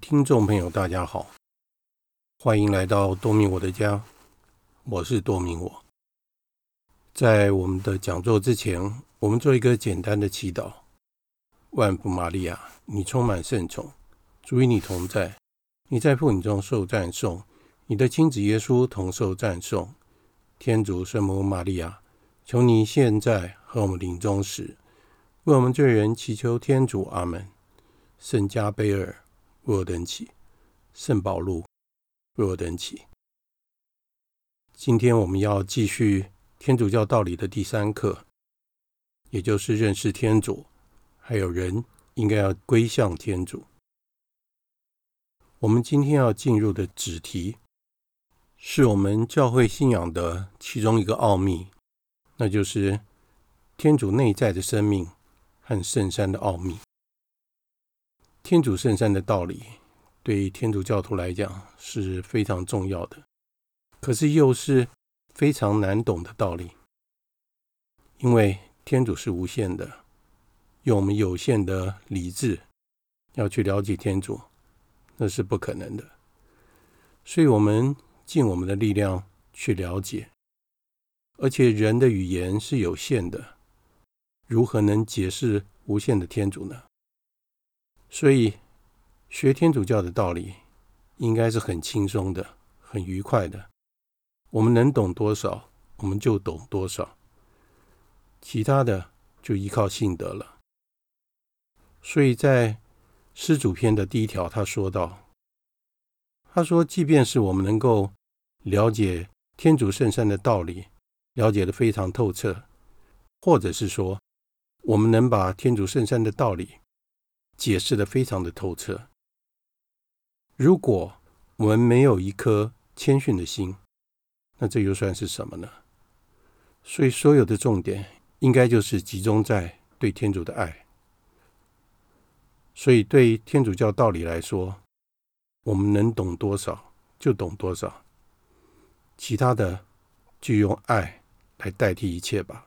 听众朋友大家好，欢迎来到多明我的家，我是多明我。在我们的讲座之前，我们做一个简单的祈祷。万福玛利亚，你充满圣宠，主与你同在，你在妇女中受赞颂，你的亲子耶稣同受赞颂。天主圣母玛利亚，求你现在和我们临终时，为我们罪人祈求天主。阿们。圣加贝尔，为我等祈。圣保禄，为我等祈。今天我们要继续天主教道理的第3课，也就是认识天主，还有人应该要归向天主。我们今天要进入的旨题，是我们教会信仰的其中一个奥秘，那就是天主内在的生命和圣山的奥秘。天主圣山的道理对天主教徒来讲是非常重要的，可是又是非常难懂的道理。因为天主是无限的，用我们有限的理智要去了解天主，那是不可能的。所以我们尽我们的力量去了解，而且人的语言是有限的，如何能解释无限的天主呢？所以学天主教的道理应该是很轻松的，很愉快的。我们能懂多少，我们就懂多少，其他的就依靠信德了。所以在施主篇的第1条，他说到，即便是我们能够了解天主圣山的道理，了解得非常透彻，或者是说我们能把天主圣山的道理解释得非常的透彻，如果我们没有一颗谦逊的心，那这又算是什么呢？所以所有的重点应该就是集中在对天主的爱。所以对天主教道理来说，我们能懂多少就懂多少，其他的就用爱来代替一切吧。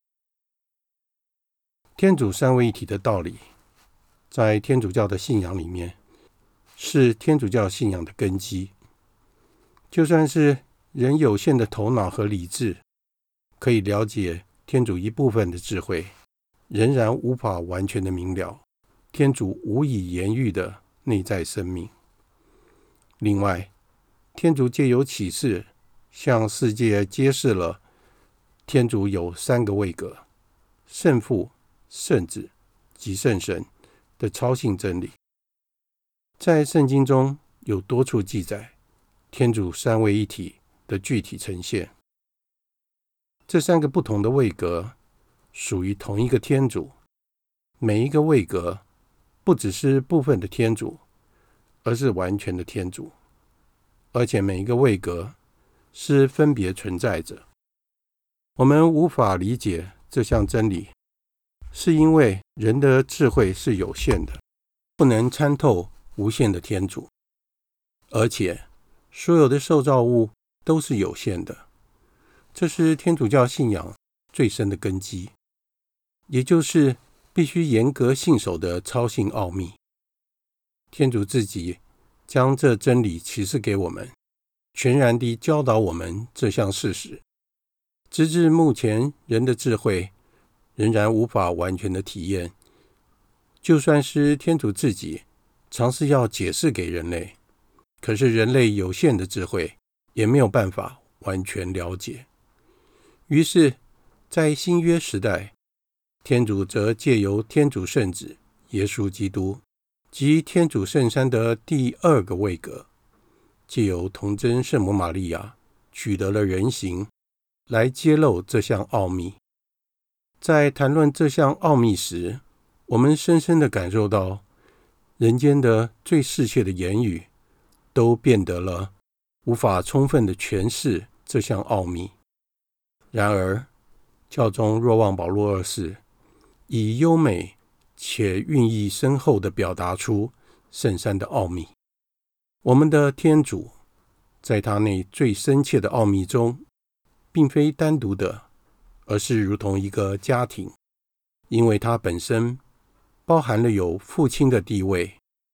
天主三位一体的道理在天主教的信仰里面是天主教信仰的根基。就算是人有限的头脑和理智可以了解天主一部分的智慧，仍然无法完全的明了天主无以言喻的内在生命。另外，天主借由启示向世界揭示了天主有3个位格，圣父、圣子及圣神的超性真理。在圣经中有多处记载天主三位一体的具体呈现。这3个不同的位格属于同一个天主，每一个位格不只是部分的天主，而是完全的天主，而且每一个位格是分别存在着。我们无法理解这项真理，是因为人的智慧是有限的，不能参透无限的天主，而且所有的受造物都是有限的。这是天主教信仰最深的根基，也就是必须严格信守的超性奥秘。天主自己将这真理启示给我们，全然地教导我们这项事实，直至目前人的智慧仍然无法完全的体验。就算是天主自己尝试要解释给人类，可是人类有限的智慧也没有办法完全了解。于是在新约时代，天主则借由天主圣子耶稣基督及天主圣山的第2个位格，借由童真圣母玛利亚取得了人形，来揭露这项奥秘。在谈论这项奥秘时，我们深深地感受到人间的最适切的言语都变得了无法充分地诠释这项奥秘。然而教宗若望保禄2世以优美且寓意深厚地表达出圣山的奥秘。我们的天主在他内最深切的奥秘中，并非单独的，而是如同一个家庭，因为它本身包含了有父亲的地位、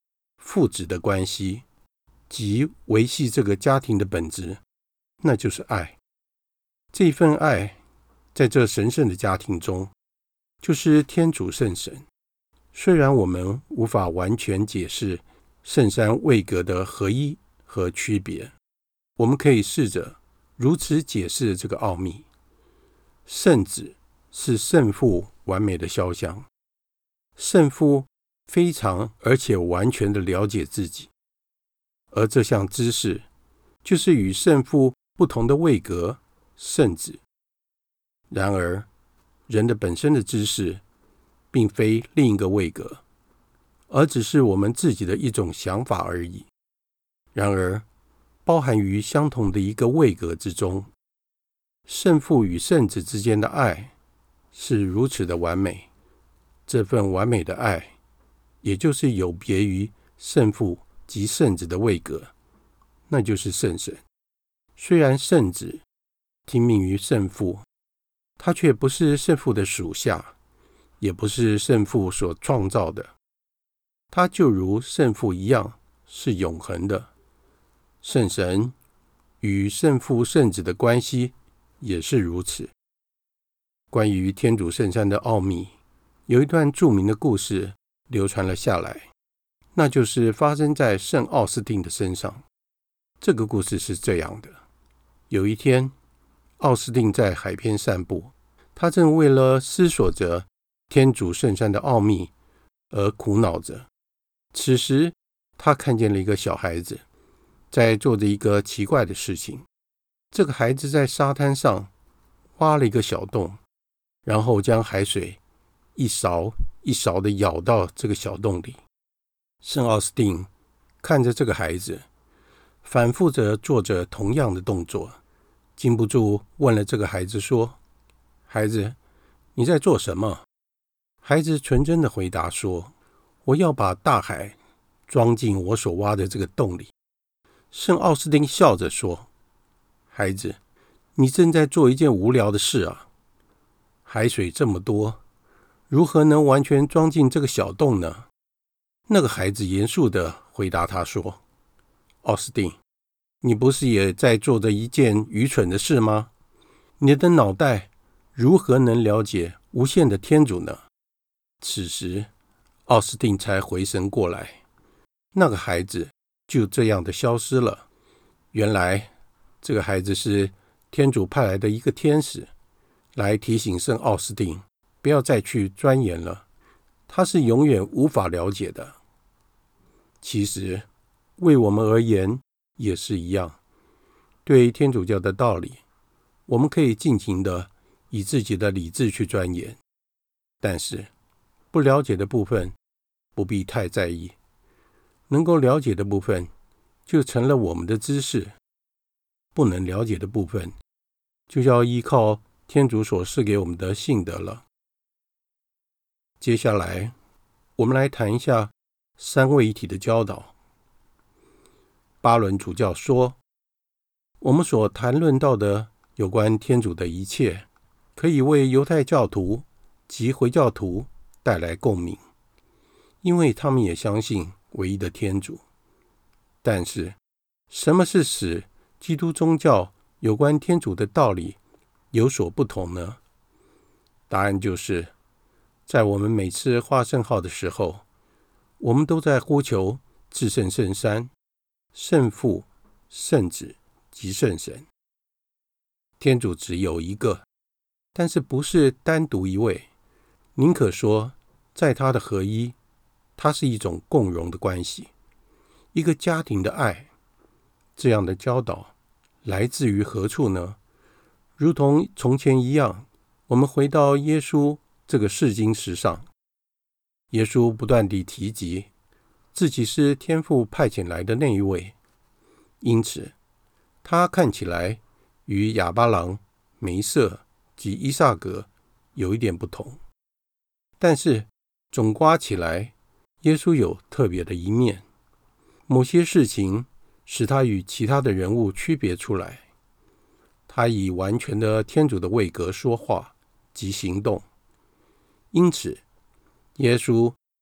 父子的关系，即维系这个家庭的本质，那就是爱。这份爱在这神圣的家庭中，就是天主圣神。虽然我们无法完全解释圣三位格的合一和区别，我们可以试着如此解释这个奥秘。圣子是圣父完美的肖像，圣父非常而且完全的了解自己，而这项知识就是与圣父不同的位格圣子。然而人的本身的知识并非另一个位格，而只是我们自己的一种想法而已。然而包含于相同的一个位格之中，圣父与圣子之间的爱是如此的完美。这份完美的爱也就是有别于圣父及圣子的位格，那就是圣神。虽然圣子听命于圣父，他却不是圣父的属下，也不是圣父所创造的，他就如圣父一样是永恒的。圣神与圣父圣子的关系也是如此。关于天主圣三的奥秘，有一段著名的故事流传了下来，那就是发生在圣奥斯定的身上。这个故事是这样的：有一天，奥斯定在海边散步，他正为了思索着天主圣三的奥秘而苦恼着。此时他看见了一个小孩子在做着一个奇怪的事情。这个孩子在沙滩上挖了一个小洞，然后将海水一勺一勺地舀到这个小洞里。圣奥斯定看着这个孩子反复着做着同样的动作，禁不住问了这个孩子说：孩子，你在做什么？孩子纯真的回答说：我要把大海装进我所挖的这个洞里。圣奥斯定笑着说：孩子，你正在做一件无聊的事啊！海水这么多，如何能完全装进这个小洞呢？那个孩子严肃地回答他说：奥斯定，你不是也在做着一件愚蠢的事吗？你的脑袋如何能了解无限的天主呢？此时奥斯定才回神过来，那个孩子就这样的消失了。原来这个孩子是天主派来的一个天使，来提醒圣奥斯定不要再去钻研了，他是永远无法了解的。其实为我们而言也是一样，对天主教的道理，我们可以尽情的以自己的理智去钻研，但是不了解的部分不必太在意，能够了解的部分就成了我们的知识，不能了解的部分就要依靠天主所赐给我们的信德了。接下来我们来谈一下三位一体的教导。巴伦主教说，我们所谈论到的有关天主的一切，可以为犹太教徒及回教徒带来共鸣，因为他们也相信唯一的天主。但是什么是使基督宗教有关天主的道理有所不同呢？答案就是在我们每次画圣号的时候，我们都在呼求至圣圣三、圣父、圣子及圣神。天主只有一个，但是不是单独一位，宁可说在他的合一，它是一种共融的关系，一个家庭的爱。这样的教导来自于何处呢？如同从前一样，我们回到耶稣这个试金石上，耶稣不断地提及自己是天父派遣来的那一位，因此他看起来与亚巴郎、梅瑟及依撒格有一点不同，但是总括起来，耶稣有特别的一面，某些事情使他与其他的人物区别出来。他以完全的天主的位格说话及行动，因此耶稣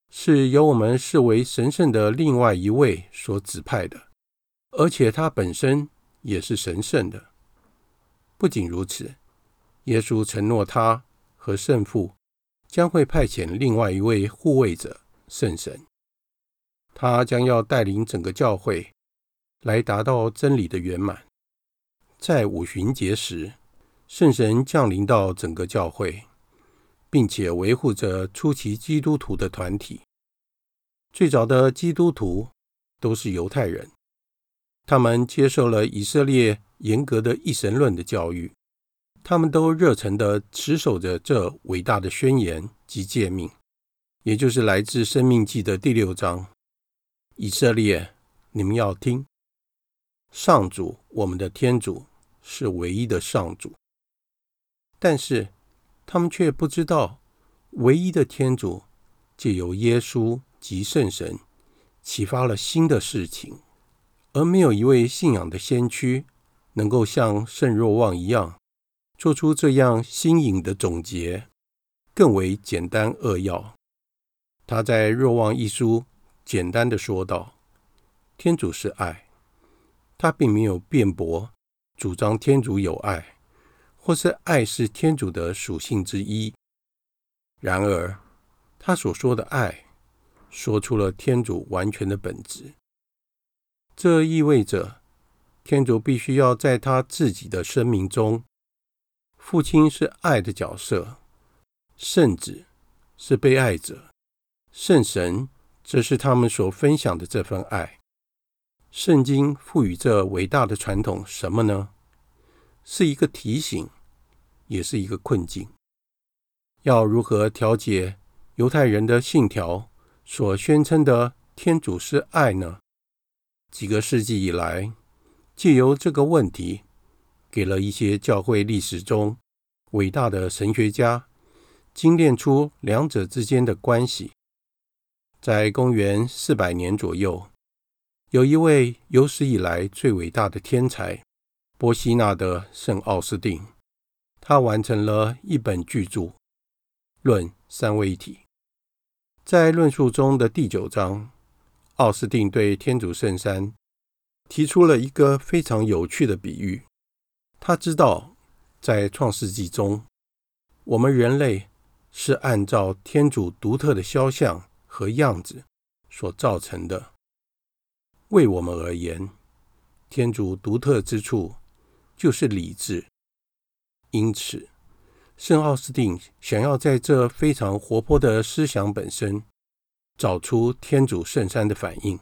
是由我们视为神圣的另外一位所指派的，而且他本身也是神圣的。不仅如此，耶稣承诺他和圣父将会派遣另外一位护卫者，圣神。他将要带领整个教会来达到真理的圆满。在五旬节时，圣神降临到整个教会，并且维护着初期基督徒的团体。最早的基督徒都是犹太人，他们接受了以色列严格的一神论的教育，他们都热诚地持守着这伟大的宣言及诫命，也就是来自申命记的第6章。以色列，你们要听，上主，我们的天主是唯一的上主。但是他们却不知道，唯一的天主藉由耶稣及圣神启发了新的事情，而没有一位信仰的先驱能够像圣若望一样做出这样新颖的总结，更为简单扼要。他在若望一书简单的说道，天主是爱。他并没有辩驳主张天主有爱，或是爱是天主的属性之一。然而他所说的爱说出了天主完全的本质。这意味着天主必须要在他自己的生命中，父亲是爱的角色，圣子是被爱者，圣神则是他们所分享的这份爱。圣经赋予这伟大的传统什么呢？是一个提醒，也是一个困境。要如何调解犹太人的信条所宣称的天主是爱呢？几个世纪以来，藉由这个问题，给了一些教会历史中伟大的神学家精炼出两者之间的关系。在公元400年左右，有一位有史以来最伟大的天才，波西纳的圣奥斯定，他完成了一本巨著《论三位一体》。在论述中的第9章，奥斯定对天主圣三提出了一个非常有趣的比喻。他知道，在创世纪中，我们人类是按照天主独特的肖像和样子所造成的。为我们而言，天主独特之处就是理智。因此，圣奥斯定想要在这非常活泼的思想本身找出天主圣三的反应。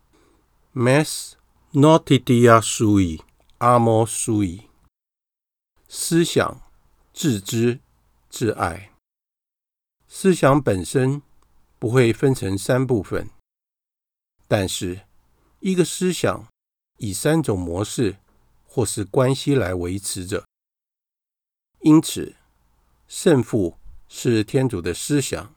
Mens notitia sui amor sui， 思想、自知、自爱。思想本身不会分成3部分，但是一个思想以3种模式或是关系来维持着。因此，圣父是天主的思想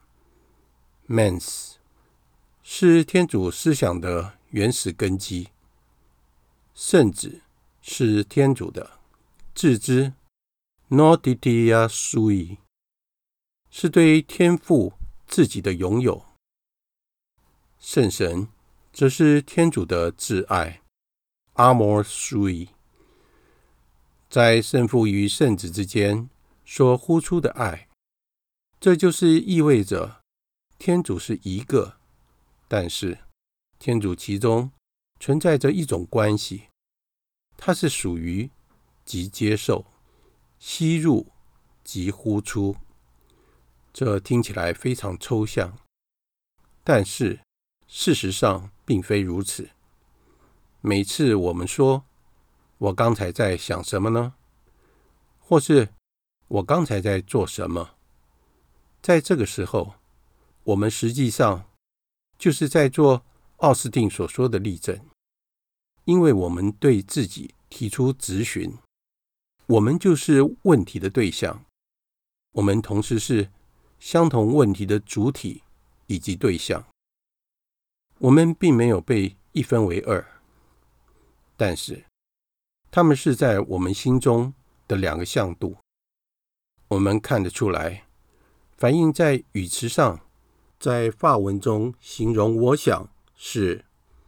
Mens， 是天主思想的原始根基。圣子是天主的自知 Notitia sui， 是对天父自己的拥有。圣神则是天主的挚爱 Amor sui， 在圣父与圣子之间所呼出的爱。这就是意味着天主是一个，但是天主其中存在着一种关系，它是属于及接受、吸入及呼出。这听起来非常抽象，但是事实上并非如此。每次我们说我刚才在想什么呢？或是我刚才在做什么？在这个时候，我们实际上就是在做奥斯定所说的例证，因为我们对自己提出质询，我们就是问题的对象，我们同时是相同问题的主体以及对象。我们并没有被一分为二，但是它们是在我们心中的2个向度。我们看得出来，反映在语词上在法文中形容我想是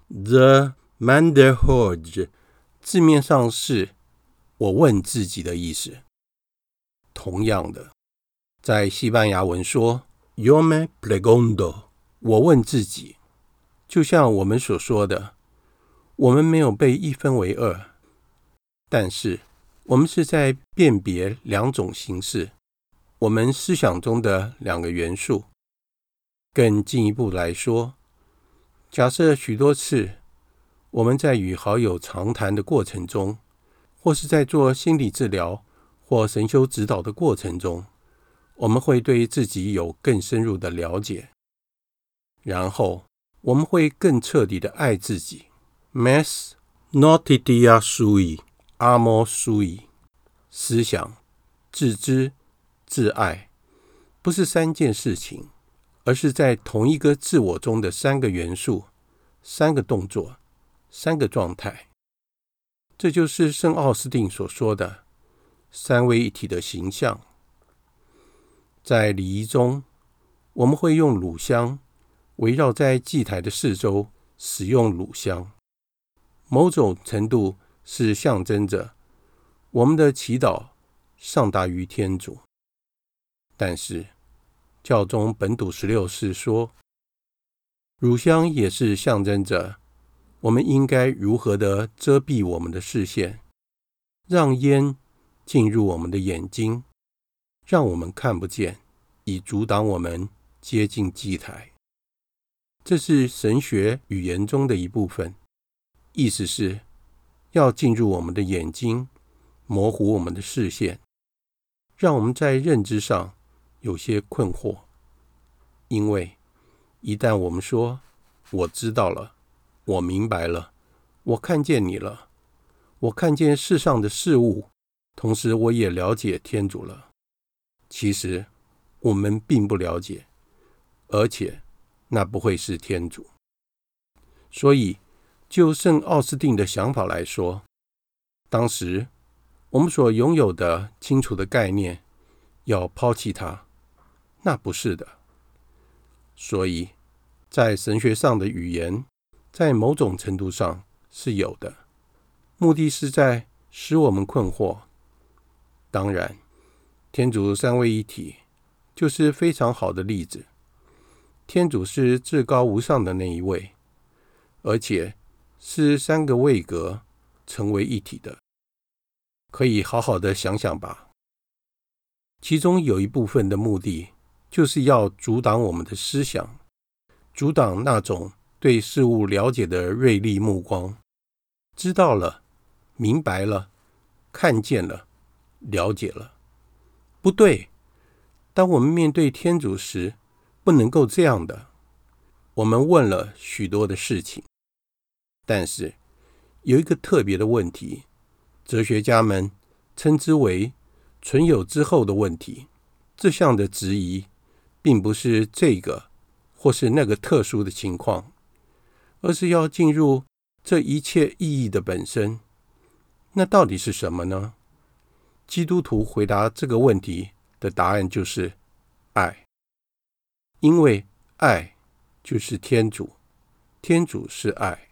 the m'interroge， 字面上是我问自己的意思。同样的，在西班牙文说 yo me pregunto， 我问自己，就像我们所说的，我们没有被一分为二，但是我们是在辨别两种形式，我们思想中的两个元素。更进一步来说，假设许多次我们在与好友长谈的过程中，或是在做心理治疗或神修指导的过程中，我们会对自己有更深入的了解，然后我们会更彻底的爱自己。 Mes notitia sui amor sui， 思想、自知、自爱不是三件事情，而是在同一个自我中的三个元素、三个动作、三个状态。这就是圣奥斯定所说的三位一体的形象。在礼仪中，我们会用乳香围绕在祭台的四周，使用乳香，某种程度是象征着我们的祈祷上达于天主。但是教宗本笃16世说，乳香也是象征着我们应该如何的遮蔽我们的视线，让烟进入我们的眼睛，让我们看不见，以阻挡我们接近祭台。这是神学语言中的一部分，意思是要进入我们的眼睛，模糊我们的视线，让我们在认知上有些困惑。因为一旦我们说我知道了，我明白了，我看见你了，我看见世上的事物，同时我也了解天主了，其实我们并不了解，而且那不会是天主。所以就圣奥斯定的想法来说，当时我们所拥有的清楚的概念要抛弃它，那不是的。所以在神学上的语言在某种程度上是有的，目的是在使我们困惑。当然，天主三位一体就是非常好的例子。天主是至高无上的那一位，而且是三个位格成为一体的，可以好好的想想吧。其中有一部分的目的就是要阻挡我们的思想，阻挡那种对事物了解的锐利目光，知道了，明白了，看见了，了解了。不对，当我们面对天主时，不能够这样的。我们问了许多的事情，但是有一个特别的问题，哲学家们称之为存有之后的问题。这项的质疑并不是这个或是那个特殊的情况，而是要进入这一切意义的本身。那到底是什么呢？基督徒回答这个问题的答案就是爱，因为爱就是天主，天主是爱。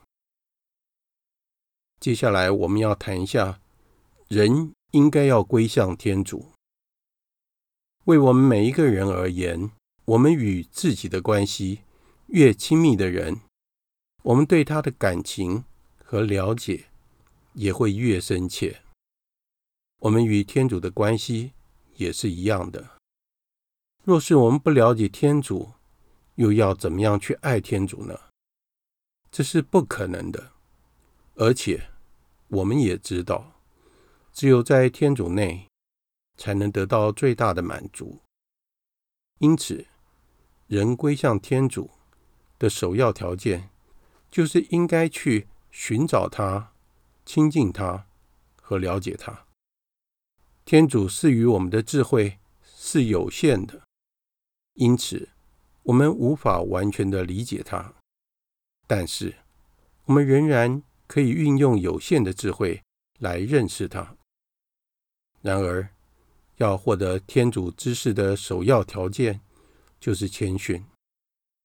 接下来我们要谈一下，人应该要归向天主。为我们每一个人而言，我们与自己的关系越亲密的人，我们对他的感情和了解也会越深切。我们与天主的关系也是一样的。若是我们不了解天主，又要怎么样去爱天主呢？这是不可能的。而且我们也知道，只有在天主内才能得到最大的满足。因此，人归向天主的首要条件，就是应该去寻找他、亲近他和了解他。天主赐予我们的智慧是有限的，因此我们无法完全的理解他，但是我们仍然可以运用有限的智慧来认识他。然而，要获得天主知识的首要条件就是谦逊。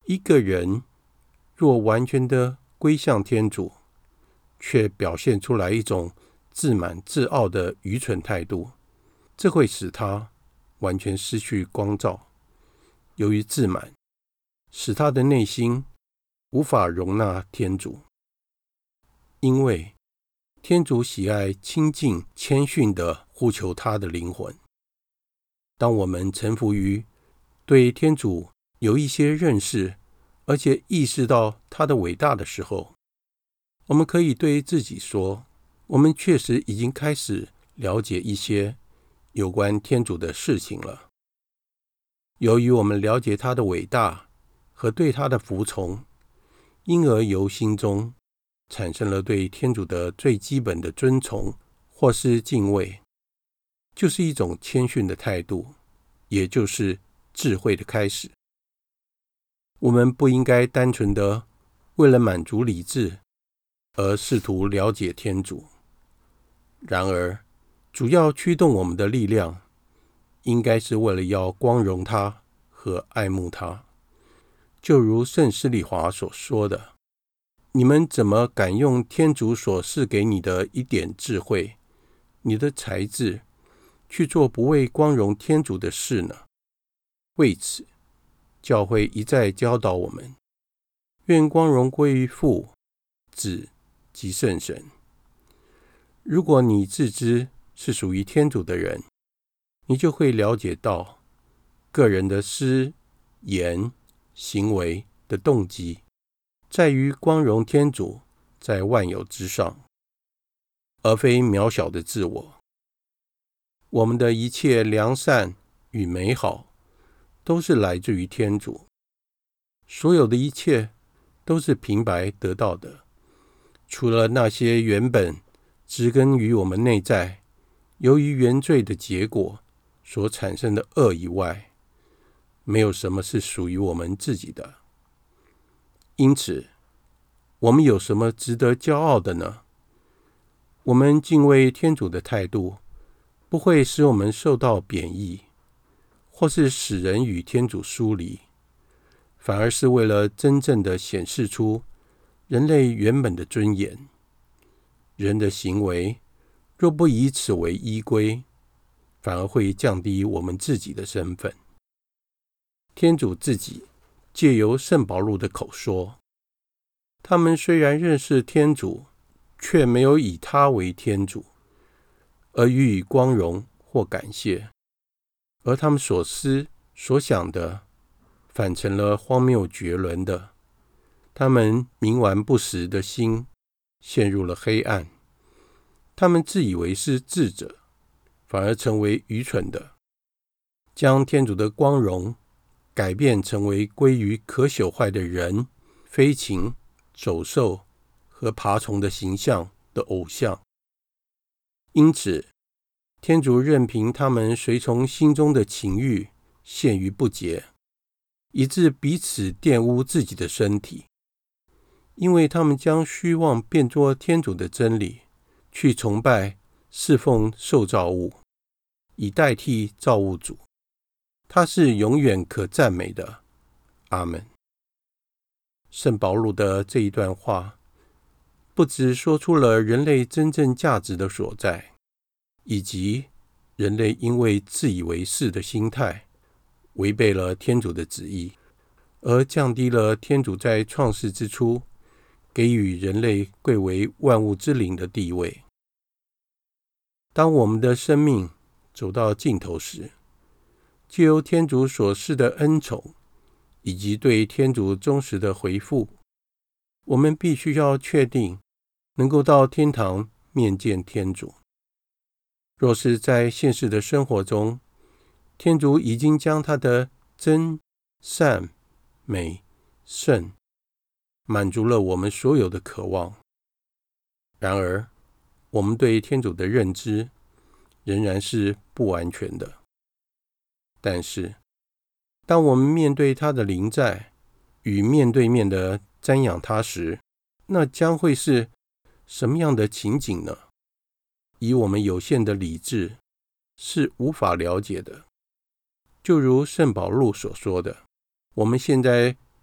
一个人若完全的归向天主，却表现出来一种自满自傲的愚蠢态度，这会使他完全失去光照。由于自满，使他的内心无法容纳天主，因为天主喜爱亲近谦逊地呼求他的灵魂。当我们臣服于对天主有一些认识，而且意识到他的伟大的时候，我们可以对自己说，我们确实已经开始了解一些有关天主的事情了。由于我们了解他的伟大和对他的服从，因而由心中产生了对天主的最基本的尊崇或是敬畏，就是一种谦逊的态度，也就是智慧的开始。我们不应该单纯的为了满足理智而试图了解天主，然而主要驱动我们的力量应该是为了要光荣他和爱慕他。就如圣施礼华所说的，你们怎么敢用天主所赐给你的一点智慧，你的才智，去做不为光荣天主的事呢？为此，教会一再教导我们，愿光荣归于父、子及圣神。如果你自知是属于天主的人，你就会了解到，个人的思、言、行为的动机，在于光荣天主在万有之上，而非渺小的自我。我们的一切良善与美好，都是来自于天主。所有的一切都是平白得到的，除了那些原本植根于我们内在，由于原罪的结果所产生的恶以外，没有什么是属于我们自己的。因此，我们有什么值得骄傲的呢？我们敬畏天主的态度，不会使我们受到贬义，或是使人与天主疏离，反而是为了真正的显示出人类原本的尊严。人的行为若不以此为依归，反而会降低我们自己的身份。天主自己借由圣保禄的口说，他们虽然认识天主，却没有以他为天主，而予以光荣或感谢，而他们所思所想的反成了荒谬绝伦的。他们冥顽不实的心陷入了黑暗，他们自以为是智者，反而成为愚蠢的，将天主的光荣改变成为归于可朽坏的人、飞禽、走兽和爬虫的形象的偶像。因此，天主任凭他们随从心中的情欲陷于不洁，以致彼此玷污自己的身体，因为他们将虚妄变作天主的真理，去崇拜侍奉受造物，以代替造物主。他是永远可赞美的。阿们。圣保禄的这一段话，不只说出了人类真正价值的所在，以及人类因为自以为是的心态，违背了天主的旨意，而降低了天主在创世之初给予人类贵为万物之灵的地位。当我们的生命走到尽头时，藉由天主所赐的恩宠，以及对天主忠实的回复，我们必须要确定能够到天堂面见天主。若是在现实的生活中，天主已经将他的真、善、美、圣满足了我们所有的渴望，然而我们对天主的认知仍然是不完全的。但是当我们面对他的临在与面对面的瞻仰他时，那将会是什么样的情景呢？以我们有限的理智是无法了解的。就如圣保禄所说的，我们现在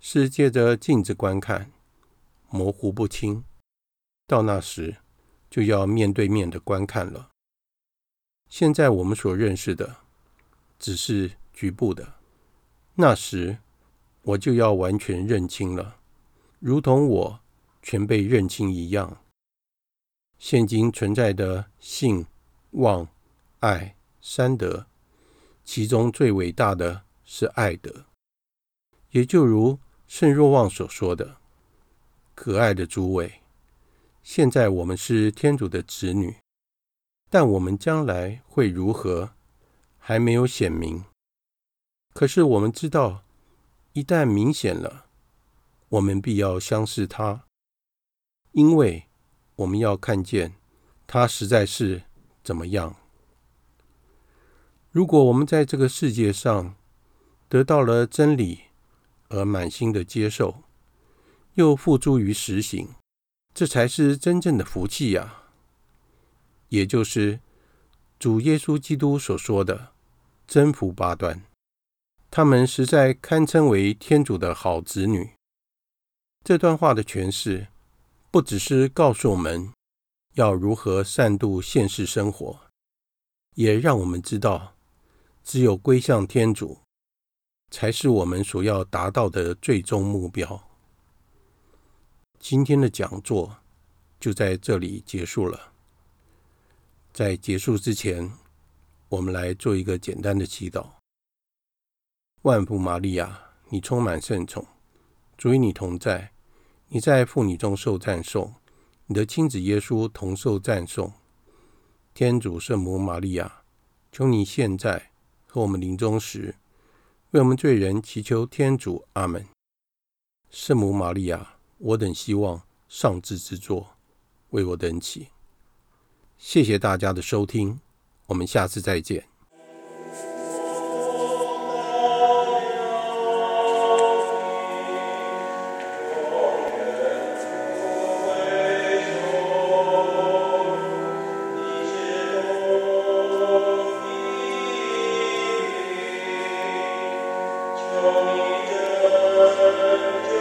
是借着镜子观看，模糊不清，到那时就要面对面的观看了。现在我们所认识的只是局部的，那时我就要完全认清了，如同我全被认清一样。现今存在的信、望、爱三德，其中最伟大的是爱德。也就如圣若望所说的，可爱的诸位，现在我们是天主的子女，但我们将来会如何，还没有显明。可是我们知道，一旦明显了，我们必要相视他，因为我们要看见他实在是怎么样。如果我们在这个世界上得到了真理而满心的接受，又付诸于实行，这才是真正的福气呀。也就是主耶稣基督所说的真福八端，他们实在堪称为天主的好子女。这段话的诠释不只是告诉我们要如何善度现世生活，也让我们知道只有归向天主才是我们所要达到的最终目标。今天的讲座就在这里结束了。在结束之前，我们来做一个简单的祈祷。万福玛利亚，你充满圣宠，主与你同在，你在妇女中受赞颂，你的亲子耶稣同受赞颂。天主圣母玛利亚，求你现在和我们临终时，为我们罪人祈求天主。阿们。圣母玛利亚，我等希望上至之作，为我等祈。谢谢大家的收听，我们下次再见。 求你拯救